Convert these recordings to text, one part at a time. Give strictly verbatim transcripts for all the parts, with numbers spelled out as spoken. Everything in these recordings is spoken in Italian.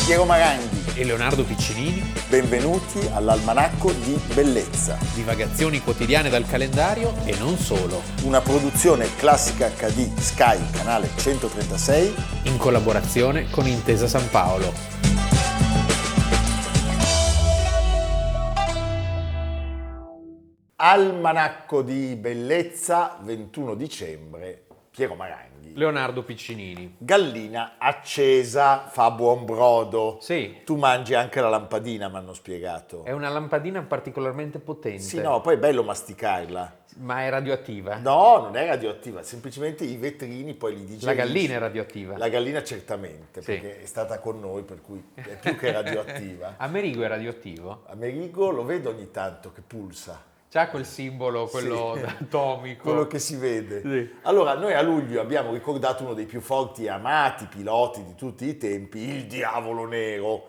Piero Maranghi e Leonardo Piccinini. Benvenuti all'Almanacco di Bellezza. Divagazioni quotidiane dal calendario e non solo. Una produzione Classica acca di Sky, canale centotrentasei. In collaborazione con Intesa San Paolo. Almanacco di Bellezza, ventuno dicembre, Piero Maranghi. Leonardo Piccinini. Gallina accesa fa buon brodo. Sì. Tu mangi anche la lampadina, mi hanno spiegato. È una lampadina particolarmente potente. Sì, no, poi è bello masticarla. Ma è radioattiva? No, non è radioattiva, semplicemente i vetrini poi li digerisci. La gallina è radioattiva? La gallina certamente, sì. Perché è stata con noi, per cui è più che radioattiva. Amerigo è radioattivo? Amerigo lo vedo ogni tanto che pulsa. C'ha quel simbolo, quello sì. atomico. Quello che si vede. Sì. Allora, noi a luglio abbiamo ricordato uno dei più forti e amati piloti di tutti i tempi, il Diavolo Nero.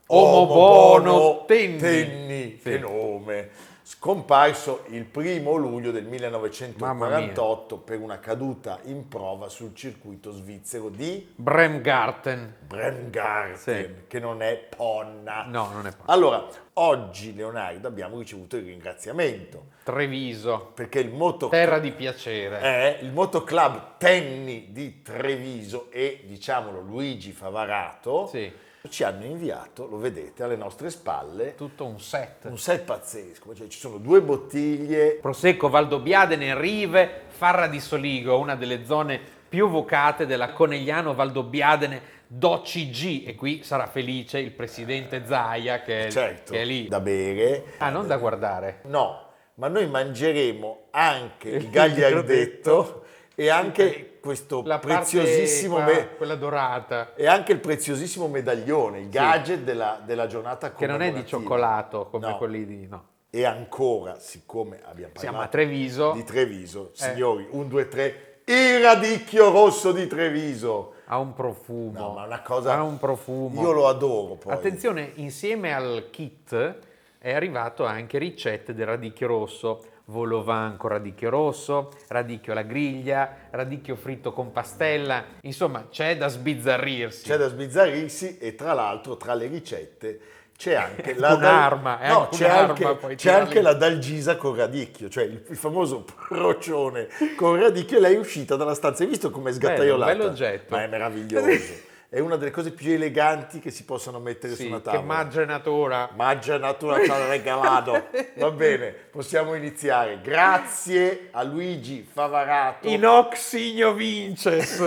Omobono Tenni. Tenni, sì. Che nome! Scomparso il primo luglio del millenovecentoquarantotto per una caduta in prova sul circuito svizzero di Bremgarten. Bremgarten, sì. Che non è Ponna. No, non è Ponna. Allora, oggi, Leonardo, abbiamo ricevuto il ringraziamento. Treviso. Perché il moto Terra di piacere. È il motoclub Tenni di Treviso e, diciamolo, Luigi Favarato. Sì. Ci hanno inviato, lo vedete alle nostre spalle, tutto un set. Un set pazzesco, cioè ci sono due bottiglie. Prosecco Valdobbiadene, Rive, Farra di Soligo, una delle zone più vocate della Conegliano Valdobbiadene d'O C G, e qui sarà felice il presidente Zaia che è, certo, che è lì. Da bere. Ah, non da guardare. No, ma noi mangeremo anche il gagliardetto e anche questo la preziosissimo parte, me- quella dorata e anche il preziosissimo medaglione, il gadget sì. della, della giornata commemorativa. Che non è di cioccolato come no. quelli di no. E ancora, siccome abbiamo parlato siamo a Treviso, di Treviso, eh. signori, un, due, tre, il radicchio rosso di Treviso. Ha un profumo. No, ma una cosa. Ha un profumo. Io lo adoro poi. Attenzione, insieme al kit è arrivato anche ricette del radicchio rosso. Volovan con radicchio rosso, radicchio alla griglia, radicchio fritto con pastella, insomma c'è da sbizzarrirsi. C'è da sbizzarrirsi e tra l'altro tra le ricette c'è anche la un'arma, dal... no, c'è un'arma, anche, poi c'è anche la dalgisa con radicchio, cioè il, il famoso procione con radicchio. Lei è uscita dalla stanza, hai visto com'è sgattaiolata? Bello, bell'oggetto. Ma è meraviglioso. È una delle cose più eleganti che si possano mettere sì, su una tavola. Che Maggia Natura. Maggia Natura ci ha regalato. Va bene, possiamo iniziare. Grazie a Luigi Favarato. Inoxigno Vinces.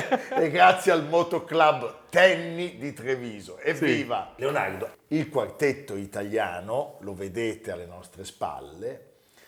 E grazie al motoclub Tenni di Treviso. Evviva! Sì. Leonardo, il quartetto italiano, lo vedete alle nostre spalle,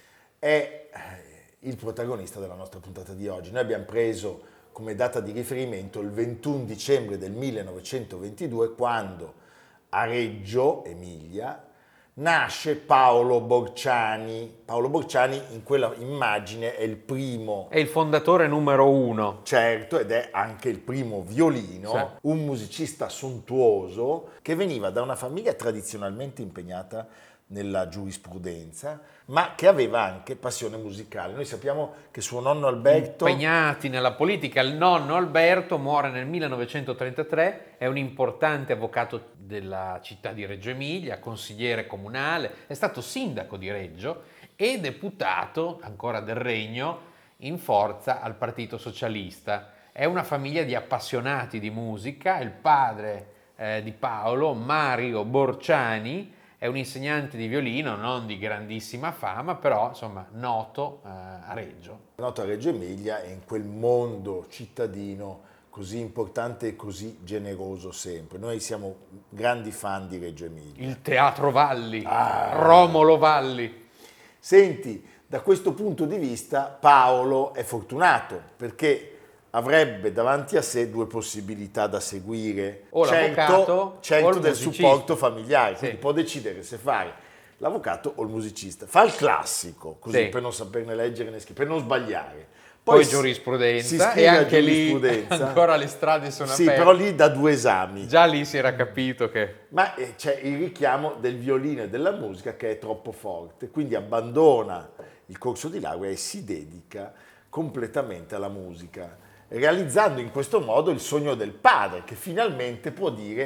è il protagonista della nostra puntata di oggi. Noi abbiamo preso come data di riferimento il ventuno dicembre del millenovecentoventidue, quando a Reggio Emilia nasce Paolo Borciani. Paolo Borciani in quella immagine è il primo... È il fondatore numero uno. Certo, ed è anche il primo violino, sì. Un musicista sontuoso che veniva da una famiglia tradizionalmente impegnata nella giurisprudenza, ma che aveva anche passione musicale. Noi sappiamo che suo nonno Alberto... Impegnati nella politica, il nonno Alberto muore nel millenovecentotrentatré, è un importante avvocato della città di Reggio Emilia, consigliere comunale, è stato sindaco di Reggio e deputato, ancora del Regno, in forza al Partito Socialista. È una famiglia di appassionati di musica, il padre eh, di Paolo, Mario Borciani, è un insegnante di violino, non di grandissima fama, però insomma noto eh, a Reggio. Noto a Reggio Emilia e in quel mondo cittadino così importante e così generoso sempre. Noi siamo grandi fan di Reggio Emilia. Il Teatro Valli, ah. Romolo Valli. Senti, da questo punto di vista Paolo è fortunato perché avrebbe davanti a sé due possibilità da seguire. O l'avvocato cento o il del musicista. Supporto familiare, quindi sì. può decidere se fare l'avvocato o il musicista. Fa il classico, così sì. per non saperne leggere né scrivere, per non sbagliare. Poi, Poi giurisprudenza e anche lì ancora le strade sono sì, aperte. Però lì da due esami. Già lì si era capito che... Ma eh, c'è il richiamo del violino e della musica che è troppo forte, quindi abbandona il corso di laurea e si dedica completamente alla musica, realizzando in questo modo il sogno del padre, che finalmente può dire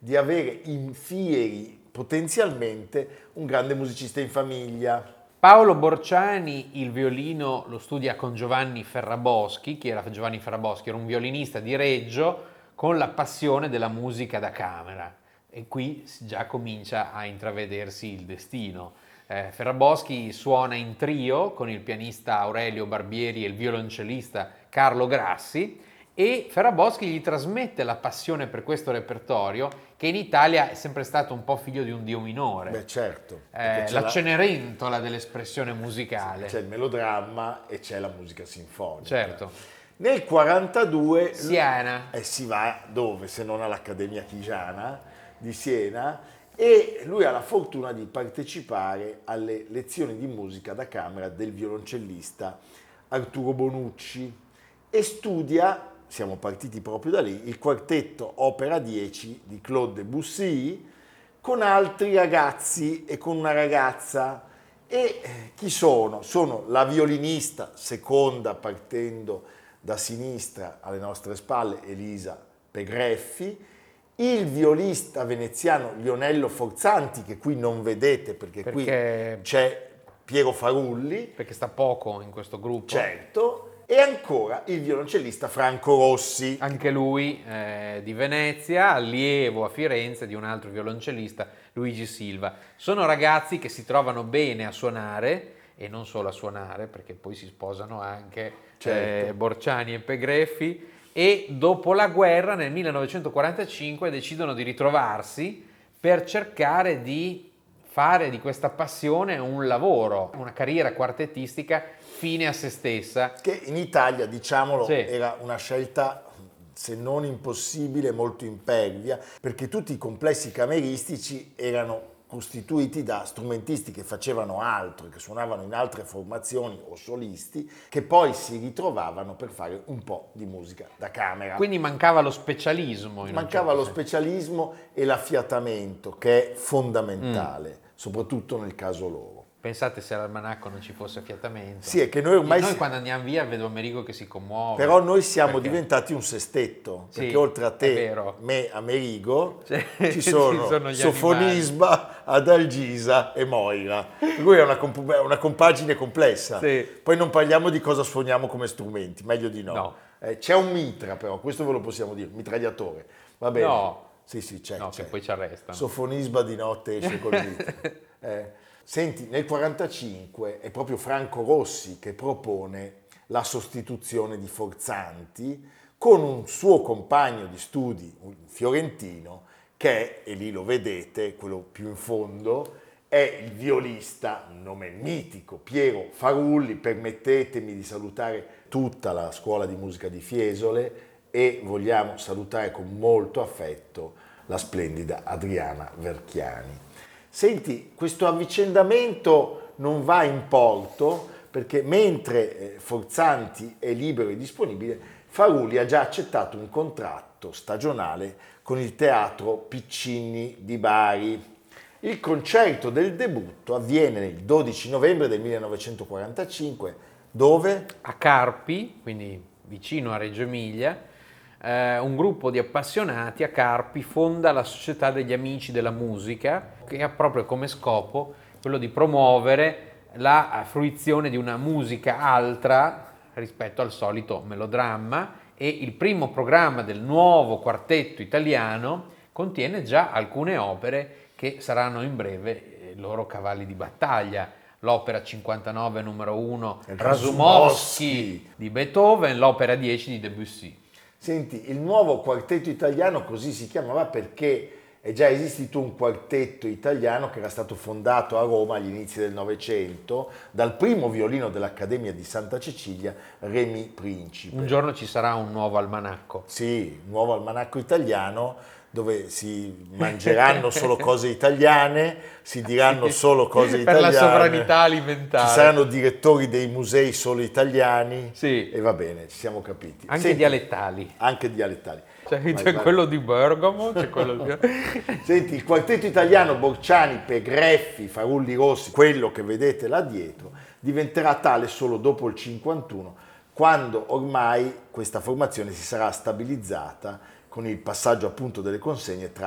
di avere in Fieri potenzialmente un grande musicista in famiglia. Paolo Borciani il violino lo studia con Giovanni Ferraboschi. Chi era Giovanni Ferraboschi? Era un violinista di Reggio con la passione della musica da camera, e qui già comincia a intravedersi il destino. Eh, Ferraboschi suona in trio con il pianista Aurelio Barbieri e il violoncellista Carlo Grassi, e Ferraboschi gli trasmette la passione per questo repertorio, che in Italia è sempre stato un po' figlio di un dio minore. Beh, certo. Eh, la, la Cenerentola dell'espressione musicale. C'è il melodramma e c'è la musica sinfonica. Certo. Nel quarantadue Siena. E eh, si va dove? Se non all'Accademia Chigiana di Siena, e lui ha la fortuna di partecipare alle lezioni di musica da camera del violoncellista Arturo Bonucci e studia, siamo partiti proprio da lì, il quartetto Opera dieci di Claude Debussy con altri ragazzi e con una ragazza. E chi sono? Sono la violinista seconda, partendo da sinistra alle nostre spalle, Elisa Pegreffi, il violista veneziano Lionello Forzanti, che qui non vedete perché, perché qui c'è Piero Farulli. Perché sta poco in questo gruppo. Certo. E ancora il violoncellista Franco Rossi. Anche lui eh, di Venezia, allievo a Firenze di un altro violoncellista, Luigi Silva. Sono ragazzi che si trovano bene a suonare, e non solo a suonare, perché poi si sposano anche, certo, eh, Borciani e Pegreffi, e dopo la guerra nel millenovecentoquarantacinque decidono di ritrovarsi per cercare di fare di questa passione un lavoro, una carriera quartettistica fine a se stessa. Che in Italia, diciamolo, sì, era una scelta, se non impossibile, molto impervia, perché tutti i complessi cameristici erano costituiti da strumentisti che facevano altro, che suonavano in altre formazioni o solisti, che poi si ritrovavano per fare un po' di musica da camera. Quindi mancava lo specialismo. In mancava certo lo senso. specialismo e l'affiatamento, che è fondamentale, mm. soprattutto nel caso loro. Pensate se all'almanacco non ci fosse affiatamento. Sì, è che noi ormai... Noi si... quando andiamo via vedo Amerigo che si commuove. Però noi siamo perché... diventati un sestetto, sì, perché oltre a te, me, Amerigo, cioè, ci sono, ci sono Sofonisba, Adalgisa e Moira. Per cui è una, comp- una compagine complessa. Sì. Poi non parliamo di cosa suoniamo come strumenti, meglio di no. no. Eh, c'è un mitra però, questo ve lo possiamo dire, mitragliatore. Va bene. No. Sì, sì, c'è. No, c'è. Che poi ci arrestano. Sofonisba di notte esce col mitra. Eh. Senti, nel quarantacinque è proprio Franco Rossi che propone la sostituzione di Forzanti con un suo compagno di studi, un fiorentino, che è, e lì lo vedete, quello più in fondo, è il violista, un nome mitico, Piero Farulli. Permettetemi di salutare tutta la scuola di musica di Fiesole e vogliamo salutare con molto affetto la splendida Adriana Verchiani. Senti, questo avvicendamento non va in porto perché mentre Forzanti è libero e disponibile, Farulli ha già accettato un contratto stagionale con il Teatro Piccini di Bari. Il concerto del debutto avviene il dodici novembre del millenovecentoquarantacinque, dove? A Carpi, quindi vicino a Reggio Emilia. Uh, un gruppo di appassionati a Carpi fonda la Società degli Amici della Musica, che ha proprio come scopo quello di promuovere la fruizione di una musica altra rispetto al solito melodramma, e il primo programma del nuovo quartetto italiano contiene già alcune opere che saranno in breve eh, loro cavalli di battaglia. L'opera cinquantanove numero uno Rasumowski di Beethoven, l'opera dieci di Debussy. Senti, il nuovo quartetto italiano così si chiamava perché è già esistito un quartetto italiano che era stato fondato a Roma agli inizi del Novecento dal primo violino dell'Accademia di Santa Cecilia, Remi Principe. Un giorno ci sarà un nuovo almanacco. Sì, un nuovo almanacco italiano dove si mangeranno solo cose italiane, si diranno sì, solo cose italiane. Per la sovranità alimentare. Ci saranno direttori dei musei solo italiani. Sì. E va bene, ci siamo capiti. Anche Senti, dialettali. Anche dialettali. Cioè, vai, c'è vai. Quello di Bergamo, c'è quello di... Senti, il quartetto italiano Borciani, Pegreffi, Farulli Rossi, quello che vedete là dietro, diventerà tale solo dopo il cinquantuno, quando ormai questa formazione si sarà stabilizzata con il passaggio appunto delle consegne tra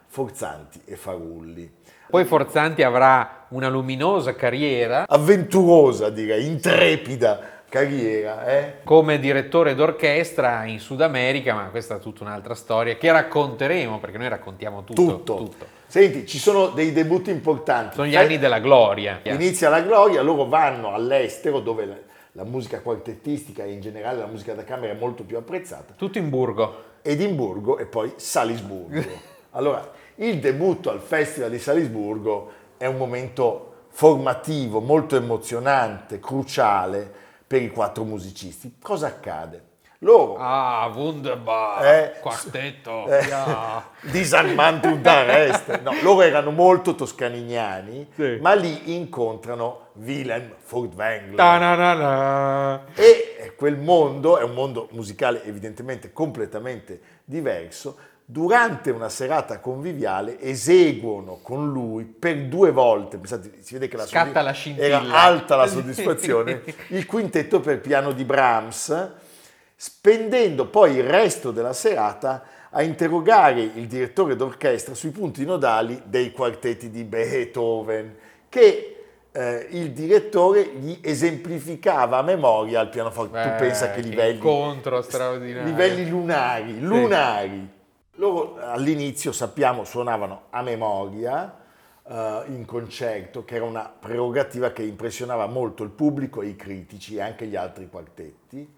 Forzanti e Farulli. Poi Forzanti avrà una luminosa carriera. Avventurosa, direi, intrepida carriera. Eh? Come direttore d'orchestra in Sud America, ma questa è tutta un'altra storia che racconteremo, perché noi raccontiamo tutto. Tutto. tutto. Senti, ci sono dei debutti importanti. Sono gli anni della gloria. Inizia la gloria, loro vanno all'estero dove la, la musica quartettistica e in generale la musica da camera è molto più apprezzata. Tutto in Burgo. Edimburgo e poi Salisburgo. Allora, il debutto al Festival di Salisburgo è un momento formativo, molto emozionante, cruciale per i quattro musicisti. Cosa accade? Loro... Ah, wunderbar, eh, quartetto. Eh, yeah. Disarmante un d'arrest. No, loro erano molto toscanignani, sì. ma lì incontrano Wilhelm Furtwängler. Ta-na-na-na. E quel mondo è un mondo musicale evidentemente completamente diverso. Durante una serata conviviale eseguono con lui per due volte, pensate, si vede che la, Scatta la scintilla. Era alta la soddisfazione, il quintetto per piano di Brahms, spendendo poi il resto della serata a interrogare il direttore d'orchestra sui punti nodali dei quartetti di Beethoven, che eh, il direttore gli esemplificava a memoria al pianoforte. Beh, tu pensa che livelli, incontro straordinario. livelli lunari, lunari. Sì. Loro all'inizio, sappiamo, suonavano a memoria uh, in concerto, che era una prerogativa che impressionava molto il pubblico e i critici e anche gli altri quartetti.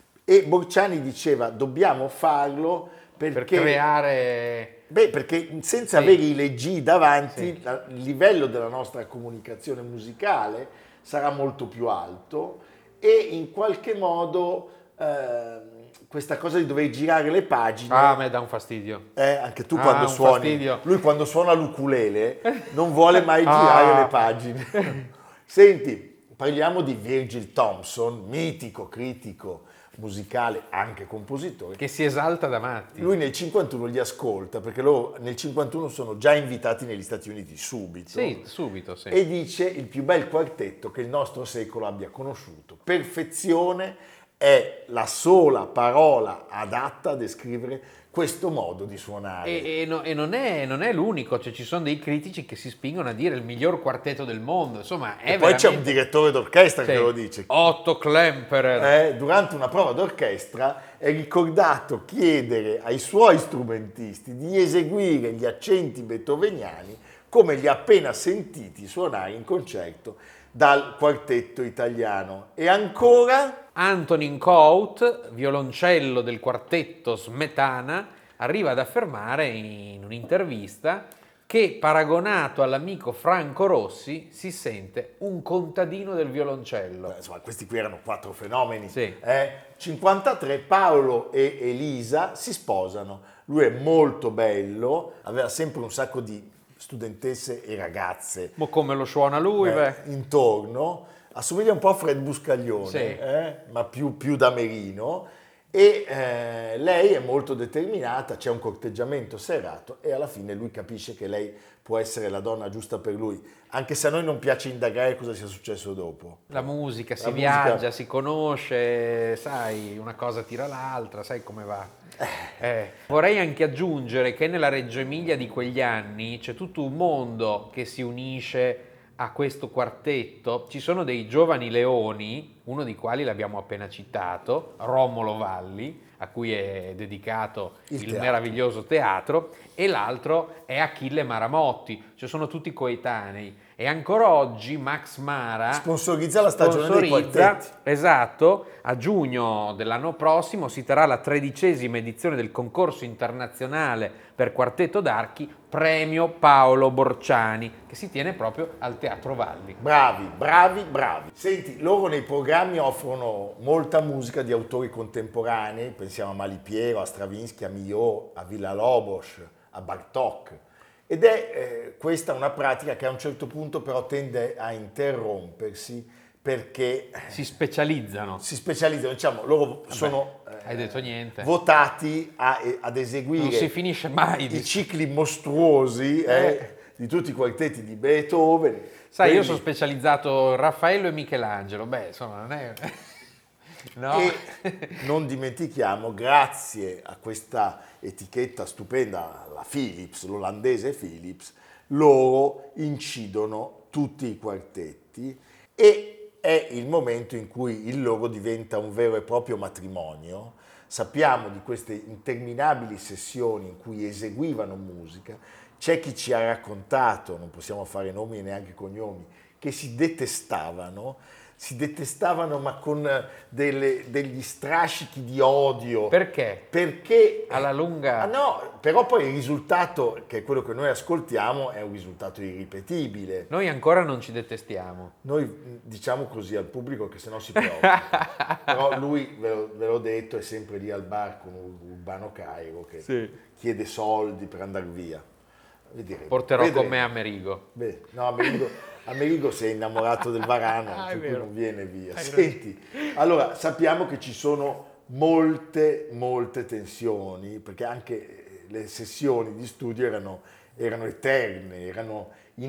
E Borciani diceva, dobbiamo farlo perché... Per creare... Beh, perché senza sì. avere i leggii davanti, sì. la, il livello della nostra comunicazione musicale sarà molto più alto e in qualche modo... Uh, questa cosa di dover girare le pagine. Ah, a me dà un fastidio. Eh, anche tu ah, quando suoni. Fastidio. Lui quando suona l'ukulele non vuole mai girare ah. le pagine. Senti, parliamo di Virgil Thomson, mitico critico musicale, anche compositore. Che si esalta da matti. Lui nel cinquantuno li ascolta, perché loro nel cinquantuno sono già invitati negli Stati Uniti subito. Sì, subito, sì. E dice il più bel quartetto che il nostro secolo abbia conosciuto. Perfezione è la sola parola adatta a descrivere questo modo di suonare. E, e, no, e non, è, non è l'unico, cioè ci sono dei critici che si spingono a dire il miglior quartetto del mondo, insomma è e poi veramente... c'è un direttore d'orchestra sì. che lo dice. Otto Klemperer. Eh, durante una prova d'orchestra è ricordato chiedere ai suoi strumentisti di eseguire gli accenti beethoveniani come li ha appena sentiti suonare in concerto dal quartetto italiano. E ancora... Antonin Kaut, violoncello del quartetto Smetana, arriva ad affermare in un'intervista che paragonato all'amico Franco Rossi si sente un contadino del violoncello. Beh, insomma, questi qui erano quattro fenomeni. Sì. Eh, cinquantatré, Paolo e Elisa si sposano. Lui è molto bello, aveva sempre un sacco di studentesse e ragazze. Ma come lo suona lui? Eh, beh. Intorno. Assomiglia un po' a Fred Buscaglione, sì. eh? ma più, più da Merino. E eh, lei è molto determinata, c'è un corteggiamento serrato e alla fine lui capisce che lei può essere la donna giusta per lui, anche se a noi non piace indagare cosa sia successo dopo. La musica, La si musica... viaggia, si conosce, sai, una cosa tira l'altra, sai come va. Eh. Vorrei anche aggiungere che nella Reggio Emilia di quegli anni c'è tutto un mondo che si unisce a questo quartetto. Ci sono dei giovani leoni, uno di quali l'abbiamo appena citato, Romolo Valli, a cui è dedicato il, il meraviglioso teatro, e l'altro è Achille Maramotti, cioè sono tutti coetanei. E ancora oggi Max Mara sponsorizza la stagione dei quartetti. Esatto, a giugno dell'anno prossimo si terrà la tredicesima edizione del concorso internazionale per quartetto d'archi Premio Paolo Borciani, che si tiene proprio al Teatro Valli. Bravi, bravi, bravi. Senti, loro nei programmi offrono molta musica di autori contemporanei, pensiamo a Malipiero, a Stravinsky, a Milhaud, a Villa-Lobos, a Bartók. Ed è eh, questa una pratica che a un certo punto però tende a interrompersi perché si specializzano. Si specializzano, diciamo, loro Vabbè, sono eh, hai detto niente. votati a, ad eseguire non si finisce mai i di... cicli mostruosi eh, eh. di tutti i quartetti di Beethoven. Sai, Quindi... io sono specializzato in Raffaello e Michelangelo, beh, insomma, non è... No. E non dimentichiamo, grazie a questa etichetta stupenda, la Philips, l'olandese Philips, loro incidono tutti i quartetti e è il momento in cui il loro diventa un vero e proprio matrimonio. Sappiamo di queste interminabili sessioni in cui eseguivano musica. C'è chi ci ha raccontato, non possiamo fare nomi e neanche cognomi, che si detestavano, si detestavano ma con delle, degli strascichi di odio. Perché? Perché alla lunga... Ah no, però poi il risultato, che è quello che noi ascoltiamo, è un risultato irripetibile. Noi ancora non ci detestiamo. Noi diciamo così al pubblico che sennò si preoccupa. Però lui, ve, lo, ve l'ho detto, è sempre lì al bar con Urbano Cairo che sì. chiede soldi per andare via. Vedremo. Porterò Vedremo. con me Amerigo. Beh, no, Amerigo, Amerigo si è innamorato del Varano, ah, per cui vero. non viene via. Senti, allora sappiamo che ci sono molte, molte tensioni, perché anche le sessioni di studio erano, erano eterne, erano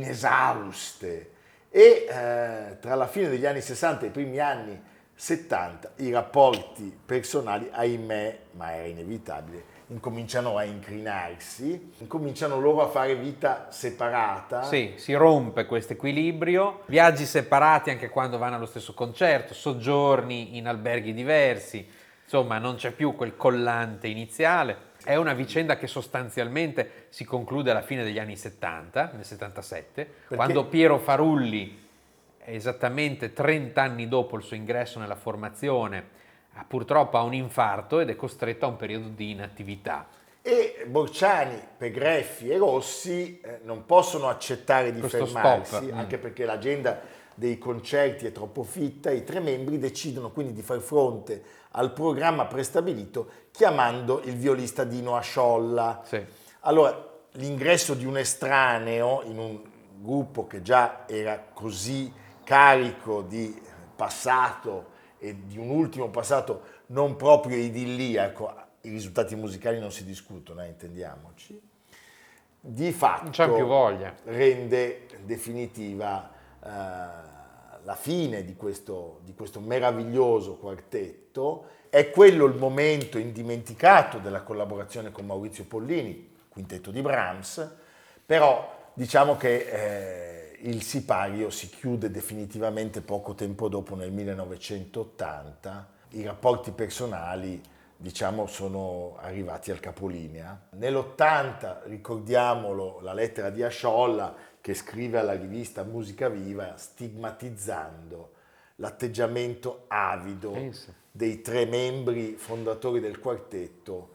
inesauste e eh, tra la fine degli anni sessanta e i primi anni settanta i rapporti personali, ahimè, ma era inevitabile, incominciano a incrinarsi, incominciano loro a fare vita separata. Sì, si rompe questo equilibrio, viaggi separati anche quando vanno allo stesso concerto, soggiorni in alberghi diversi, insomma non c'è più quel collante iniziale. È una vicenda che sostanzialmente si conclude alla fine degli anni settanta, nel settantasette, perché? Quando Piero Farulli, esattamente trenta anni dopo il suo ingresso nella formazione, purtroppo ha un infarto ed è costretto a un periodo di inattività. E Borciani, Pegreffi e Rossi eh, non possono accettare di Questo fermarsi, stop. anche perché l'agenda dei concerti è troppo fitta. I tre membri decidono quindi di far fronte al programma prestabilito chiamando il violista Dino Asciolla. Sì. Allora, l'ingresso di un estraneo in un gruppo che già era così carico di passato e di un ultimo passato non proprio idilliaco, i risultati musicali non si discutono, eh, intendiamoci, di fatto non c'è più voglia. Rende definitiva eh, la fine di questo, di questo meraviglioso quartetto. È quello il momento indimenticato della collaborazione con Maurizio Pollini, quintetto di Brahms, però diciamo che eh, il sipario si chiude definitivamente poco tempo dopo, nel millenovecentottanta. I rapporti personali, diciamo, sono arrivati al capolinea. Nell'ottanta, ricordiamolo, la lettera di Asciolla che scrive alla rivista Musica Viva stigmatizzando l'atteggiamento avido Penso. dei tre membri fondatori del quartetto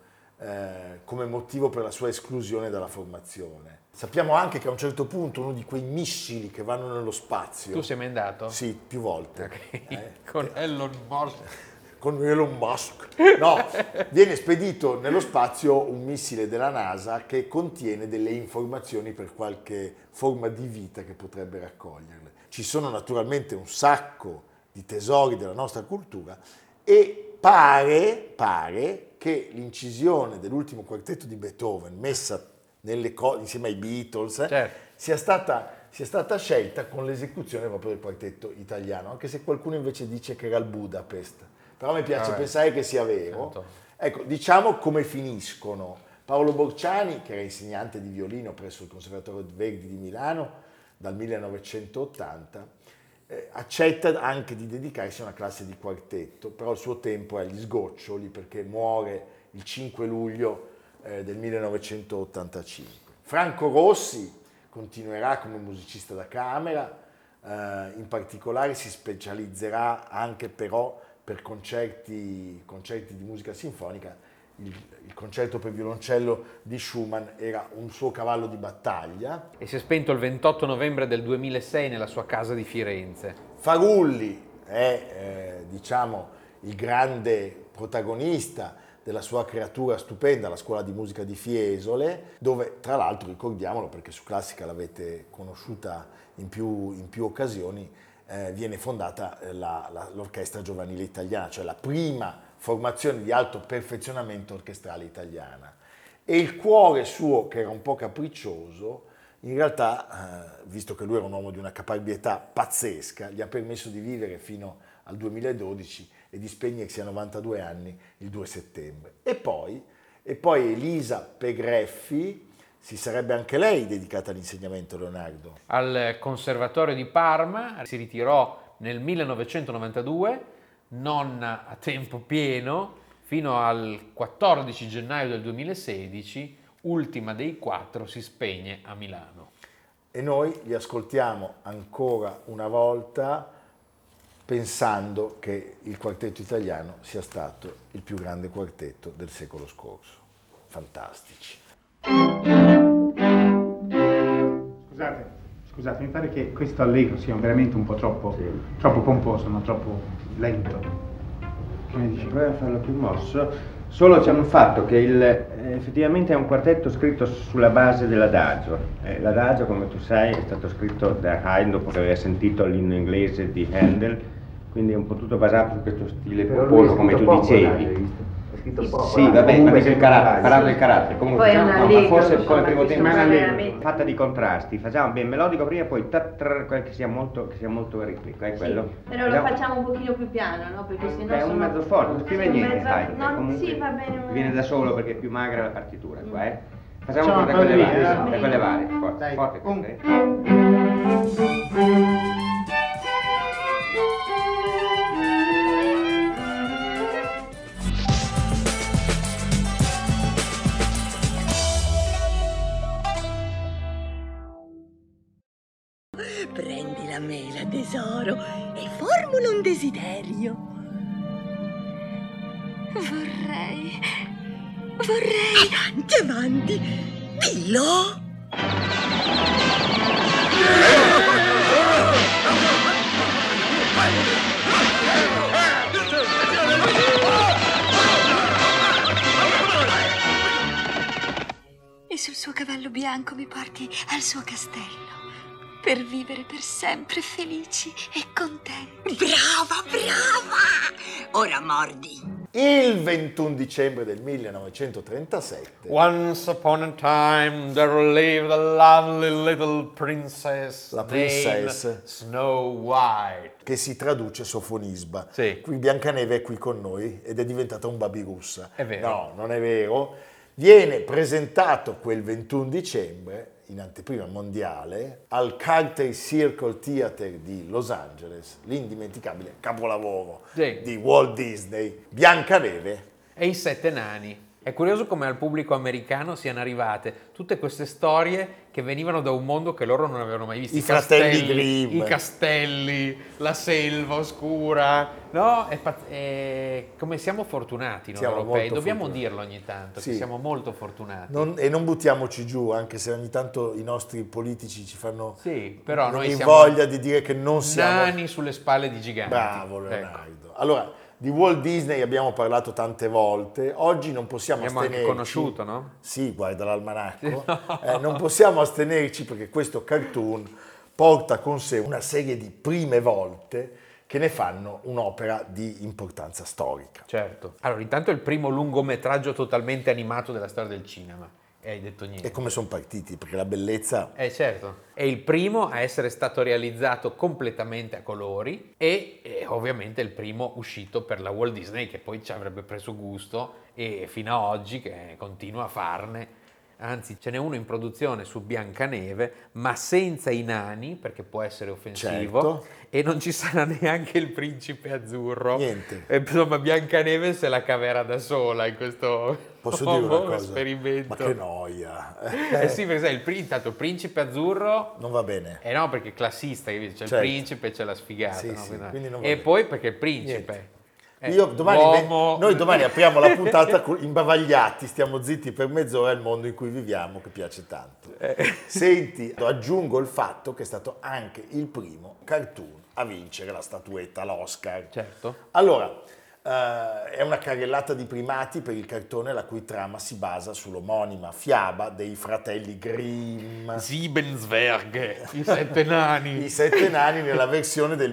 eh, come motivo per la sua esclusione dalla formazione. Sappiamo anche che a un certo punto uno di quei missili che vanno nello spazio... Tu sei mai andato? Sì, più volte. Okay. Eh? Con Elon Musk. Con Elon Musk. No, viene spedito nello spazio un missile della NASA che contiene delle informazioni per qualche forma di vita che potrebbe raccoglierle. Ci sono naturalmente un sacco di tesori della nostra cultura e pare, pare che l'incisione dell'ultimo quartetto di Beethoven, messa nelle co- insieme ai Beatles, certo. sia stata... sia stata scelta con l'esecuzione proprio del quartetto italiano, anche se qualcuno invece dice che era il Budapest. Però mi piace ah, pensare che sia vero. Certo. Ecco, diciamo come finiscono. Paolo Borciani, che era insegnante di violino presso il Conservatorio Verdi di Milano dal millenovecentottanta, eh, accetta anche di dedicarsi a una classe di quartetto, però il suo tempo è agli sgoccioli perché muore il cinque luglio eh, del millenovecentottantacinque. Franco Rossi continuerà come musicista da camera, eh, in particolare si specializzerà anche però per concerti, concerti di musica sinfonica. Il, il concerto per violoncello di Schumann era un suo cavallo di battaglia. E si è spento il ventotto novembre del duemilasei nella sua casa di Firenze. Farulli è, eh, diciamo, il grande protagonista della sua creatura stupenda, la Scuola di Musica di Fiesole, dove tra l'altro, ricordiamolo perché su Classica l'avete conosciuta in più, in più occasioni, eh, viene fondata la, la, l'Orchestra Giovanile Italiana, cioè la prima formazione di alto perfezionamento orchestrale italiana. E il cuore suo, che era un po' capriccioso, in realtà, eh, visto che lui era un uomo di una caparbietà pazzesca, gli ha permesso di vivere fino al duemiladodici e di spegnersi a novantadue anni il due settembre. E poi, e poi Elisa Pegreffi, si sarebbe anche lei dedicata all'insegnamento, Leonardo? Al Conservatorio di Parma, si ritirò nel millenovecentonovantadue, non a tempo pieno, fino al quattordici gennaio del duemilasedici, ultima dei quattro si spegne a Milano. E noi li ascoltiamo ancora una volta pensando che il quartetto italiano sia stato il più grande quartetto del secolo scorso. Fantastici. Scusate, scusate, mi pare che questo allegro sia veramente un po' troppo, sì. troppo pomposo, ma troppo lento. Che ne dici? Proviamo a farlo più mosso. Solo c'è un fatto che il, eh, effettivamente è un quartetto scritto sulla base dell'adagio. Eh, l'adagio, come tu sai, è stato scritto da Haydn dopo che aveva sentito l'inno inglese di Handel, quindi è un po' tutto basato su questo stile pomposo, come tu poco, dicevi. È scritto poco, sì, va bene, ma dice il carattere, parlando del carattere. Comunque, no, no, ma forse come primo tema è fatta di contrasti. Facciamo ben melodico prima e poi tat, che sia molto, che sia molto ritmico, è quello. Sì, però lo facciamo un pochino più piano, no? Perché sennò è un sono... mezzo forte, non scrive niente, mezzo... dai. No, comunque sì, va bene. Viene da solo perché è più magra la partitura, qua, eh. Facciamo, Facciamo da quelle varie, da da quelle varie, forte, dai, forte, un... eh. Prendi la mela, tesoro, e formula un desiderio. Vorrei... vorrei... Avanti, avanti, dillo! E sul suo cavallo bianco mi porti al suo castello, per vivere per sempre felici e contenti. Brava, brava! Ora mordi. Il ventuno dicembre del millenovecentotrentasette. Once upon a time there lived a lovely little princess. La princess named Snow White. Che si traduce sofonisba. Sì. Qui Biancaneve è qui con noi ed è diventata un babirussa. È vero. No, non è vero. Viene presentato quel ventuno dicembre in anteprima mondiale al Carter Circle Theatre di Los Angeles, l'indimenticabile capolavoro sì. di Walt Disney, Biancaneve e i Sette Nani. È curioso come al pubblico americano siano arrivate tutte queste storie che venivano da un mondo che loro non avevano mai visto. I, I fratelli Grimm. I castelli, la selva oscura, no? È pazz- è... Come siamo fortunati noi siamo europei, dobbiamo fortunati. dirlo ogni tanto, sì. che siamo molto fortunati. Non, e non buttiamoci giù, anche se ogni tanto i nostri politici ci fanno sì, però noi in siamo voglia di dire che non siamo... nani sulle spalle di giganti. Bravo Leonardo. Ecco. Allora, di Walt Disney abbiamo parlato tante volte, oggi non possiamo Abbiamo astenerci. anche conosciuto, no? Sì, guarda l'almanacco. No. Eh, non possiamo astenerci perché questo cartoon porta con sé una serie di prime volte che ne fanno un'opera di importanza storica. Certo. Allora, intanto è il primo lungometraggio totalmente animato della storia del cinema. E hai detto niente. E come sono partiti? Perché la bellezza... Eh certo, è il primo a essere stato realizzato completamente a colori e, e ovviamente il primo uscito per la Walt Disney, che poi ci avrebbe preso gusto e fino ad oggi che continua a farne. Anzi, ce n'è uno in produzione su Biancaneve, ma senza i nani, perché può essere offensivo, certo. E non ci sarà neanche il principe azzurro. Niente. E, insomma, Biancaneve se la caverà da sola in questo Posso dire una cosa? esperimento. Ma che noia. Eh sì, perché sai, il, intanto il principe azzurro... Non va bene. Eh no, perché è classista, c'è certo. Il principe e c'è la sfigata. Sì, no? sì, Quindi, quindi non va e bene. poi perché il principe... Niente. Eh, Io domani, l'uomo... Noi domani apriamo la puntata imbavagliati, stiamo zitti per mezz'ora, è il mondo in cui viviamo che piace tanto. Eh. Senti, aggiungo il fatto che è stato anche il primo cartoon a vincere la statuetta, l'Oscar. Certo. Allora, eh, è una carrellata di primati per il cartone la cui trama si basa sull'omonima fiaba dei fratelli Grimm. Sieben Zwerge, i sette nani. I sette nani nella versione del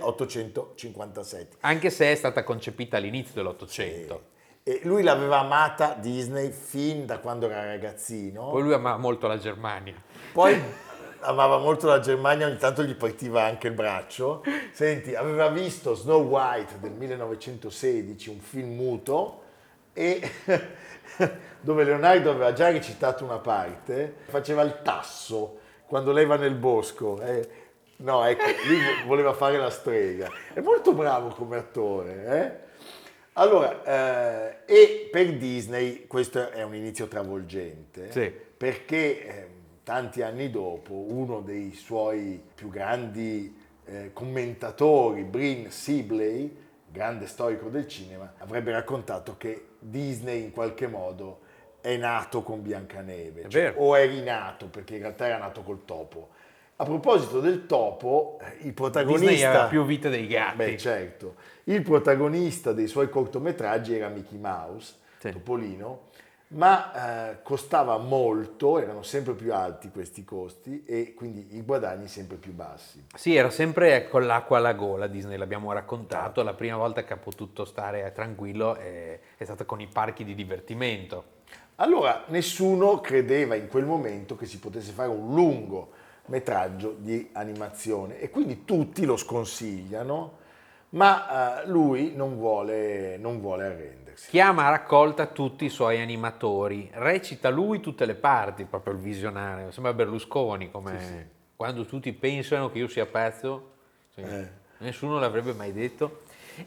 milleottocentocinquantasette. Anche se è stata concepita all'inizio dell'Ottocento. Sì. E lui l'aveva amata Disney fin da quando era ragazzino. Poi lui ama molto la Germania. Poi amava molto la Germania, ogni tanto gli partiva anche il braccio. Senti, aveva visto Snow White del millenovecentosedici, un film muto, e dove Leonardo aveva già recitato una parte, faceva il tasso quando lei va nel bosco. Eh. No, ecco, lui voleva fare la strega. È molto bravo come attore, eh? Allora, eh, e per Disney questo è un inizio travolgente, sì. perché eh, tanti anni dopo uno dei suoi più grandi eh, commentatori, Bryn Sibley, grande storico del cinema, avrebbe raccontato che Disney in qualche modo è nato con Biancaneve, è cioè, o è rinato, perché in realtà era nato col topo. A proposito del topo, il protagonista... Disney aveva più vita dei gatti. Beh, certo. Il protagonista dei suoi cortometraggi era Mickey Mouse, sì. Topolino, ma eh, costava molto, erano sempre più alti questi costi e quindi i guadagni sempre più bassi. Sì, era sempre con l'acqua alla gola, Disney, l'abbiamo raccontato, la prima volta che ha potuto stare tranquillo è, è stata con i parchi di divertimento. Allora, nessuno credeva in quel momento che si potesse fare un lungo metraggio di animazione e quindi tutti lo sconsigliano, ma uh, lui non vuole, non vuole arrendersi. Chiama a raccolta tutti i suoi animatori, recita lui tutte le parti, proprio il visionario, sembra Berlusconi, come sì, sì. Quando tutti pensano che io sia pazzo, sì, eh. nessuno l'avrebbe mai detto,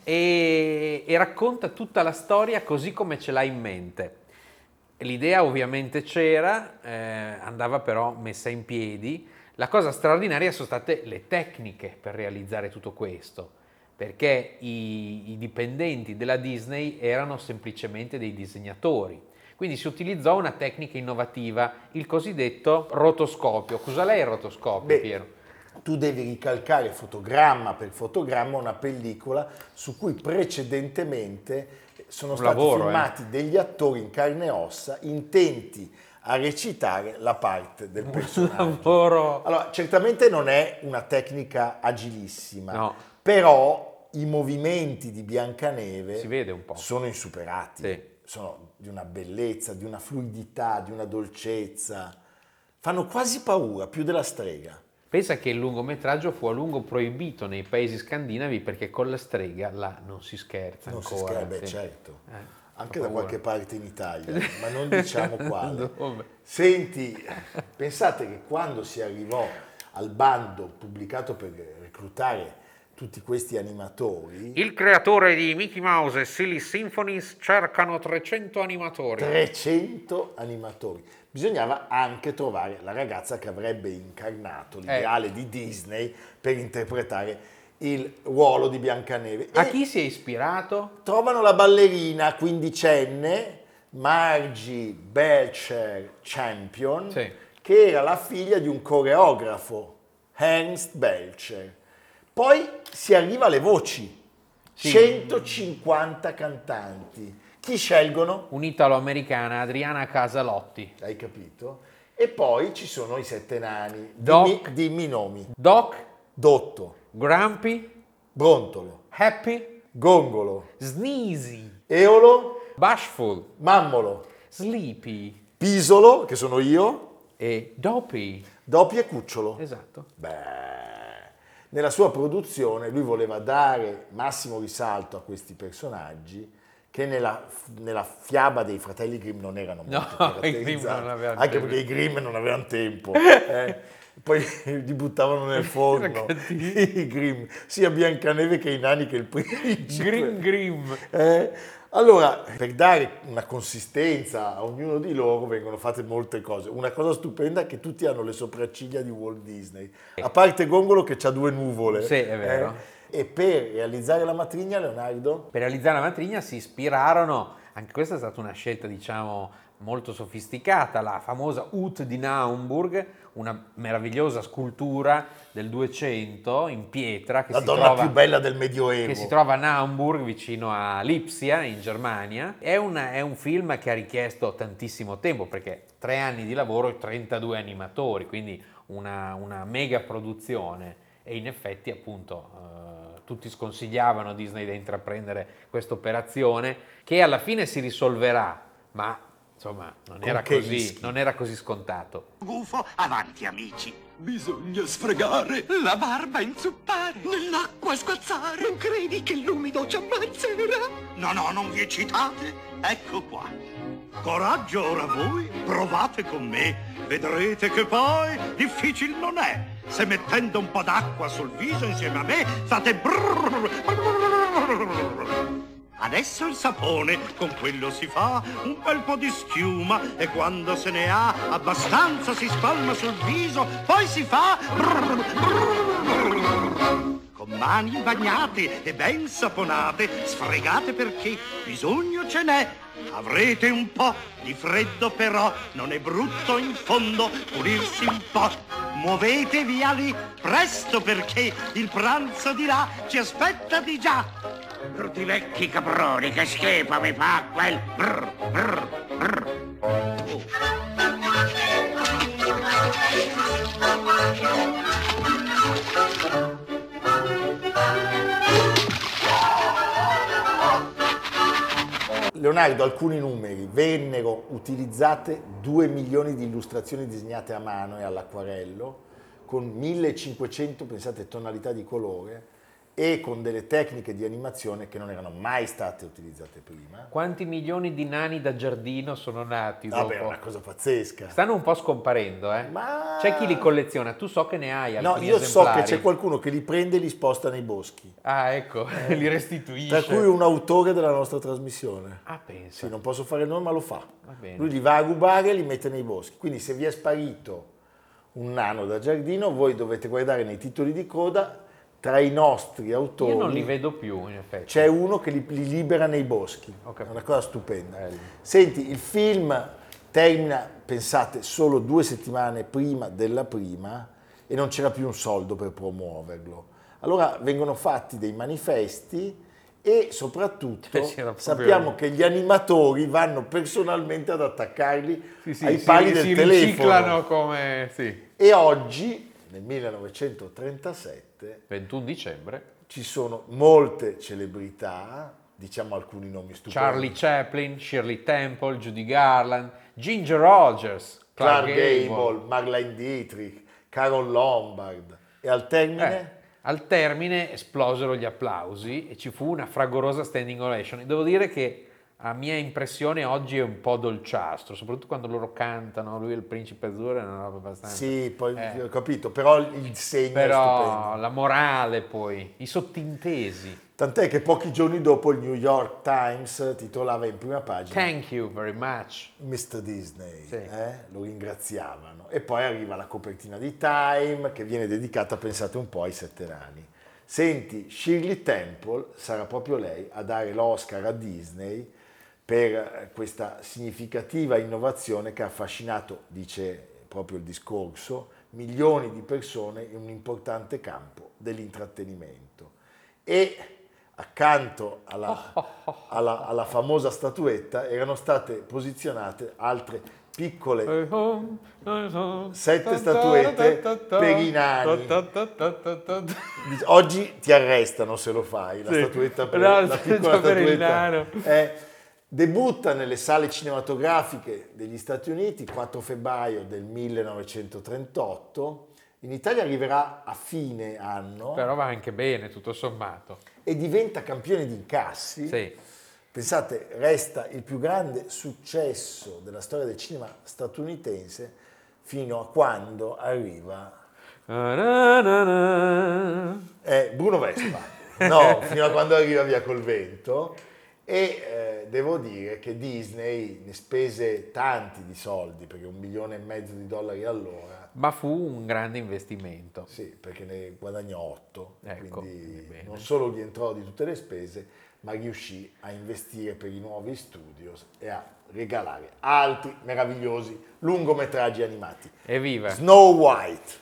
e, e racconta tutta la storia così come ce l'ha in mente. L'idea ovviamente c'era, eh, andava però messa in piedi. La cosa straordinaria sono state le tecniche per realizzare tutto questo, perché i, i dipendenti della Disney erano semplicemente dei disegnatori. Quindi si utilizzò una tecnica innovativa, il cosiddetto rotoscopio. Cosa è il rotoscopio, Beh, Piero? Tu devi ricalcare fotogramma per fotogramma una pellicola su cui precedentemente sono Un stati lavoro, filmati eh. degli attori in carne e ossa intenti a recitare la parte del personaggio. Un lavoro. Allora, certamente non è una tecnica agilissima, No. però i movimenti di Biancaneve Si vede un po'. sono insuperati, Sì. sono di una bellezza, di una fluidità, di una dolcezza, fanno quasi paura, più della strega. Pensa che il lungometraggio fu a lungo proibito nei paesi scandinavi perché con la strega là non si scherza Non ancora. si scherza, beh, sì. certo. Eh, Anche fa da paura. qualche parte in Italia, ma non diciamo quale. Dove? Senti, pensate che quando si arrivò al bando pubblicato per reclutare tutti questi animatori, Il creatore di Mickey Mouse e Silly Symphonies cercano trecento animatori. trecento animatori, bisognava anche trovare la ragazza che avrebbe incarnato l'ideale Eh. di Disney per interpretare il ruolo di Biancaneve. A E chi si è ispirato? trovano la ballerina quindicenne Margie Belcher Champion, Sì. che era la figlia di un coreografo, Ernst Belcher. Poi si arriva alle voci, Sì. centocinquanta cantanti. Chi scelgono? Un'italo-americana, Adriana Casalotti. Hai capito? E poi ci sono i sette nani. Doc. Dimmi, dimmi i nomi. Doc, Dotto, Grumpy, Brontolo, Happy, Gongolo, Sneezy, Eolo, Bashful, Mammolo, Sleepy Pisolo, che sono io, e Dopey. Dopi e Cucciolo. Esatto. Beh, nella sua produzione lui voleva dare massimo risalto a questi personaggi che nella, nella fiaba dei fratelli Grimm non erano molto No, i Grimm caratterizzati, non avevano anche tempo. perché i Grimm non avevano tempo. eh. Poi li buttavano nel forno, i Grimm, sia Biancaneve che i nani che il principe. Grim Grim. Eh, allora, per dare una consistenza a ognuno di loro vengono fatte molte cose. Una cosa stupenda è che tutti hanno le sopracciglia di Walt Disney, a parte Gongolo che ha due nuvole. Sì, è vero. Eh, e per realizzare la matrigna, Leonardo? Per realizzare la matrigna si ispirarono, anche questa è stata una scelta diciamo molto sofisticata, la famosa Hut di Naumburg, una meravigliosa scultura del duecento in pietra che La si donna trova, più bella del Medioevo. che si trova a Naumburg vicino a Lipsia in Germania. È, una, è un film che ha richiesto tantissimo tempo perché tre anni di lavoro e trentadue animatori, quindi una, una mega produzione e in effetti appunto eh, tutti sconsigliavano a Disney di intraprendere questa operazione che alla fine si risolverà, ma insomma, non era, così, non era così scontato. Gufo, avanti amici. Bisogna sfregare, la barba inzuppare, nell'acqua sguazzare. Non credi che l'umido ci ammazzerà? No, no, non vi eccitate. Ecco qua. Coraggio ora voi, provate con me. Vedrete che poi difficile non è. Se mettendo un po' d'acqua sul viso insieme a me fate brrr, brrr. Adesso il sapone, con quello si fa un bel po' di schiuma e quando se ne ha abbastanza si spalma sul viso, poi si fa brrr, brrr. Con mani bagnate e ben saponate, sfregate perché bisogno ce n'è. Avrete un po' di freddo però, non è brutto in fondo pulirsi un po'. Muovetevi a lì, presto perché il pranzo di là ci aspetta di già. Brutti vecchi caproni, che schifo mi fa quel brr, brr, brr. Oh. Leonardo, alcuni numeri. Vennero utilizzate due milioni di illustrazioni disegnate a mano e all'acquarello, con millecinquecento, pensate, tonalità di colore, e con delle tecniche di animazione che non erano mai state utilizzate prima. Quanti milioni di nani da giardino sono nati dopo? Vabbè, è una cosa pazzesca. Stanno un po' scomparendo, eh? Ma... C'è chi li colleziona, tu so che ne hai alcuni No, io esemplari. so che c'è qualcuno che li prende e li sposta nei boschi. Ah, ecco, eh. li restituisce. Tra cui un autore della nostra trasmissione. Ah, pensa. Sì, non posso fare il nome, ma lo fa. Va bene. Lui li va a rubare e li mette nei boschi. Quindi se vi è sparito un nano da giardino, voi dovete guardare nei titoli di coda. Tra i nostri autori... Io non li vedo più, in effetti. C'è uno che li, li libera nei boschi. È una cosa stupenda. Bello. Senti, il film termina, pensate, solo due settimane prima della prima e non c'era più un soldo per promuoverlo. Allora vengono fatti dei manifesti e soprattutto sappiamo che gli animatori vanno personalmente ad attaccarli sì, sì, ai pali si, del si telefono. Si riciclano come... Sì. E oggi... Nel millenovecentotrentasette, ventuno dicembre, ci sono molte celebrità, diciamo alcuni nomi stupendi. Charlie Chaplin, Shirley Temple, Judy Garland, Ginger Rogers, Clark, Clark Gable, Gable, Marlene Dietrich, Carole Lombard. E al termine? Eh, al termine esplosero gli applausi e ci fu una fragorosa standing ovation. E devo dire che a mia impressione oggi è un po' dolciastro, soprattutto quando loro cantano, lui è il principe azzurro, è una roba abbastanza... Sì, poi eh. ho capito, però il segno però è stupendo. La morale poi, i sottintesi. Tant'è che pochi giorni dopo il New York Times titolava in prima pagina Thank you very much. mister Disney, sì. eh? Lo ringraziavano. E poi arriva la copertina di Time che viene dedicata, pensate un po', ai sette nani. Senti, Shirley Temple sarà proprio lei a dare l'Oscar a Disney per questa significativa innovazione che ha affascinato, dice proprio il discorso, milioni di persone in un importante campo dell'intrattenimento. E accanto alla, alla, alla famosa statuetta erano state posizionate altre piccole sette statuette per i nani. Oggi ti arrestano se lo fai, la statuetta per, no, la piccola per statuetta il nano. È, debutta nelle sale cinematografiche degli Stati Uniti il quattro febbraio del millenovecentotrentotto. In Italia arriverà a fine anno. Però va anche bene, tutto sommato. E diventa campione di incassi. Sì. Pensate, resta il più grande successo della storia del cinema statunitense fino a quando arriva eh, Bruno Vespa. No, fino a quando arriva Via col vento. E eh, devo dire che Disney ne spese tanti di soldi, perché un milione e mezzo di dollari all'ora. Ma fu un grande investimento. Sì, perché ne guadagnò otto, ecco, quindi non solo gli entrò di tutte le spese, ma riuscì a investire per i nuovi studios e a regalare altri meravigliosi lungometraggi animati. Evviva! Snow White.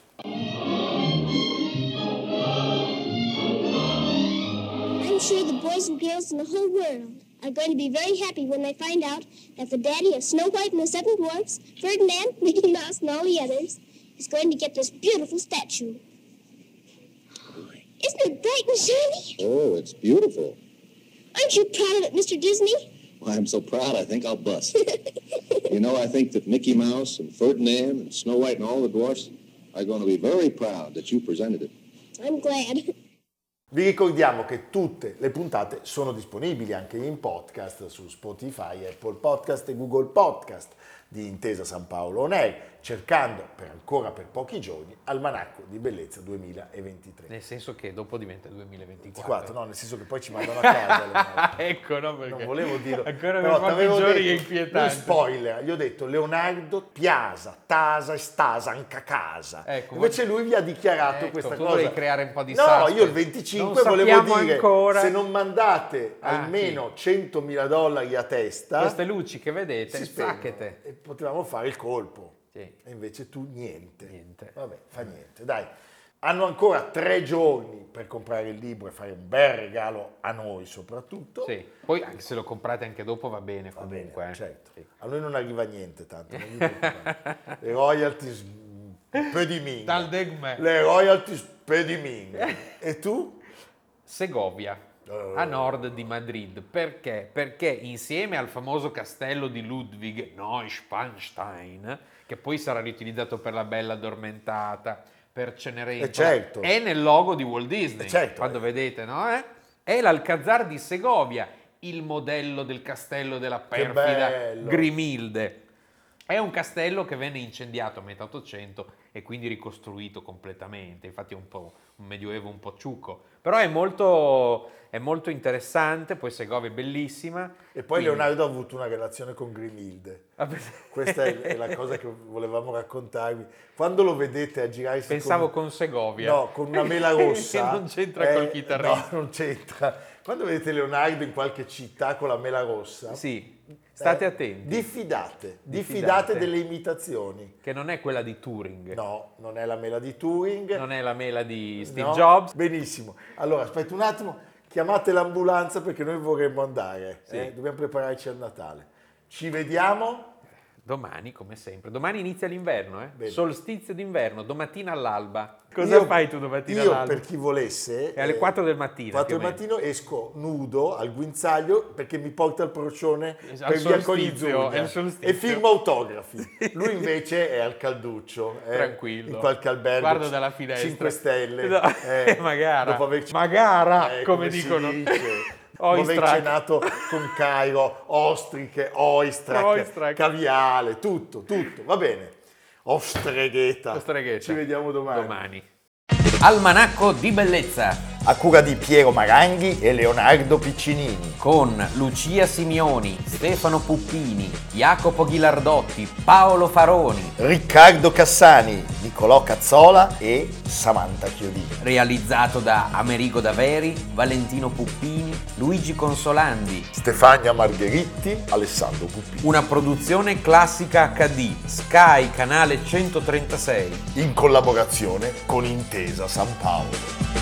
I'm sure the boys and girls in the whole world are going to be very happy when they find out that the daddy of Snow White and the Seven Dwarfs, Ferdinand, Mickey Mouse, and all the others, is going to get this beautiful statue. Isn't it bright and shiny? Oh, it's beautiful. Aren't you proud of it, Mister Disney? Well, I'm so proud I think I'll bust. You know, I think that Mickey Mouse and Ferdinand and Snow White and all the dwarfs are going to be very proud that you presented it. I'm glad. Vi ricordiamo che tutte le puntate sono disponibili anche in podcast su Spotify, Apple Podcast e Google Podcast di Intesa San Paolo On Air, cercando per ancora per pochi giorni Almanacco di Bellezza duemilaventitré. Nel senso che dopo diventa duemilaventiquattro. ventiquattro, no, nel senso che poi ci mandano a casa. Ecco, no, perché non volevo dirlo. Ancora però per pochi giorni detto, è inquietante. Spoiler, gli ho detto Leonardo Piasa, Tasa e Stasa anche a casa. Ecco, invece lui vi ha dichiarato ecco, questa tu cosa. Dovevi creare un po' di No, suspense. io il venticinque non volevo dire ancora. Se non mandate ah, almeno sì. centomila dollari a testa, queste luci che vedete, si sacchete. E potevamo fare il colpo. Sì. E invece tu niente. Niente. Vabbè, fa niente, dai. Hanno ancora tre giorni per comprare il libro e fare un bel regalo a noi soprattutto. Sì. Poi anche se lo comprate anche dopo va bene va comunque. Bene, eh. certo. Sì. A noi non arriva niente tanto. Non vi preoccupate. Le royalties un po' di minga. Le royalties un po' di minga. E tu? Segovia. A nord di Madrid. Perché? Perché insieme al famoso castello di Ludwig Neuschwanstein, che poi sarà riutilizzato per la Bella Addormentata, per Cenerentola, certo. è nel logo di Walt Disney, certo. quando vedete, no? Eh? È l'Alcazar di Segovia, il modello del castello della perfida Grimilde. È un castello che venne incendiato a metà Ottocento e quindi ricostruito completamente, infatti è un po' un medioevo un po' ciucco, però è molto, è molto interessante, poi Segovia è bellissima. E poi quindi... Leonardo ha avuto una relazione con Grimilde, questa è, è la cosa che volevamo raccontarvi. Quando lo vedete a girare... Pensavo con, con Segovia. No, con una mela rossa. Che non c'entra eh, col chitarrista. No, non c'entra. Quando vedete Leonardo in qualche città con la mela rossa... Sì. State eh, attenti. Diffidate, diffidate, diffidate delle imitazioni. Che non è quella di Turing. No, non è la mela di Turing. Non è la mela di Steve no. Jobs. Benissimo. Allora, aspetta un attimo, chiamate l'ambulanza perché noi vorremmo andare. Sì. Eh? Dobbiamo prepararci al Natale. Ci vediamo... Domani, come sempre. Domani inizia l'inverno, eh? Bene. Solstizio d'inverno, domattina all'alba. Cosa io, fai tu domattina io, all'alba? Io, per chi volesse... È alle eh, quattro del mattino. quattro del mattino esco nudo al guinzaglio perché mi porta il procione al per via Conizugna e firmo autografi. Lui invece è al calduccio. Eh, Tranquillo. In qualche albergo. Guarda dalla finestra. cinque stelle. No, eh, Magara. Dopo averci... Magara, eh, come, come dicono. Si dice. Dopo aver cenato con Cairo, ostriche, oistrak, oistrak, caviale, tutto, tutto, va bene. Ostregheta. Ostregheta. Ci vediamo domani. Domani. Almanacco di Bellezza. A cura di Piero Maranghi e Leonardo Piccinini. Con Lucia Simioni, Stefano Puppini, Jacopo Ghilardotti, Paolo Faroni, Riccardo Cassani, Nicolò Cazzola e Samantha Chiodini. Realizzato da Amerigo Daveri, Valentino Puppini, Luigi Consolandi, Stefania Margheritti, Alessandro Puppini. Una produzione Classica acca di, Sky, canale centotrentasei. In collaborazione con Intesa San Paolo.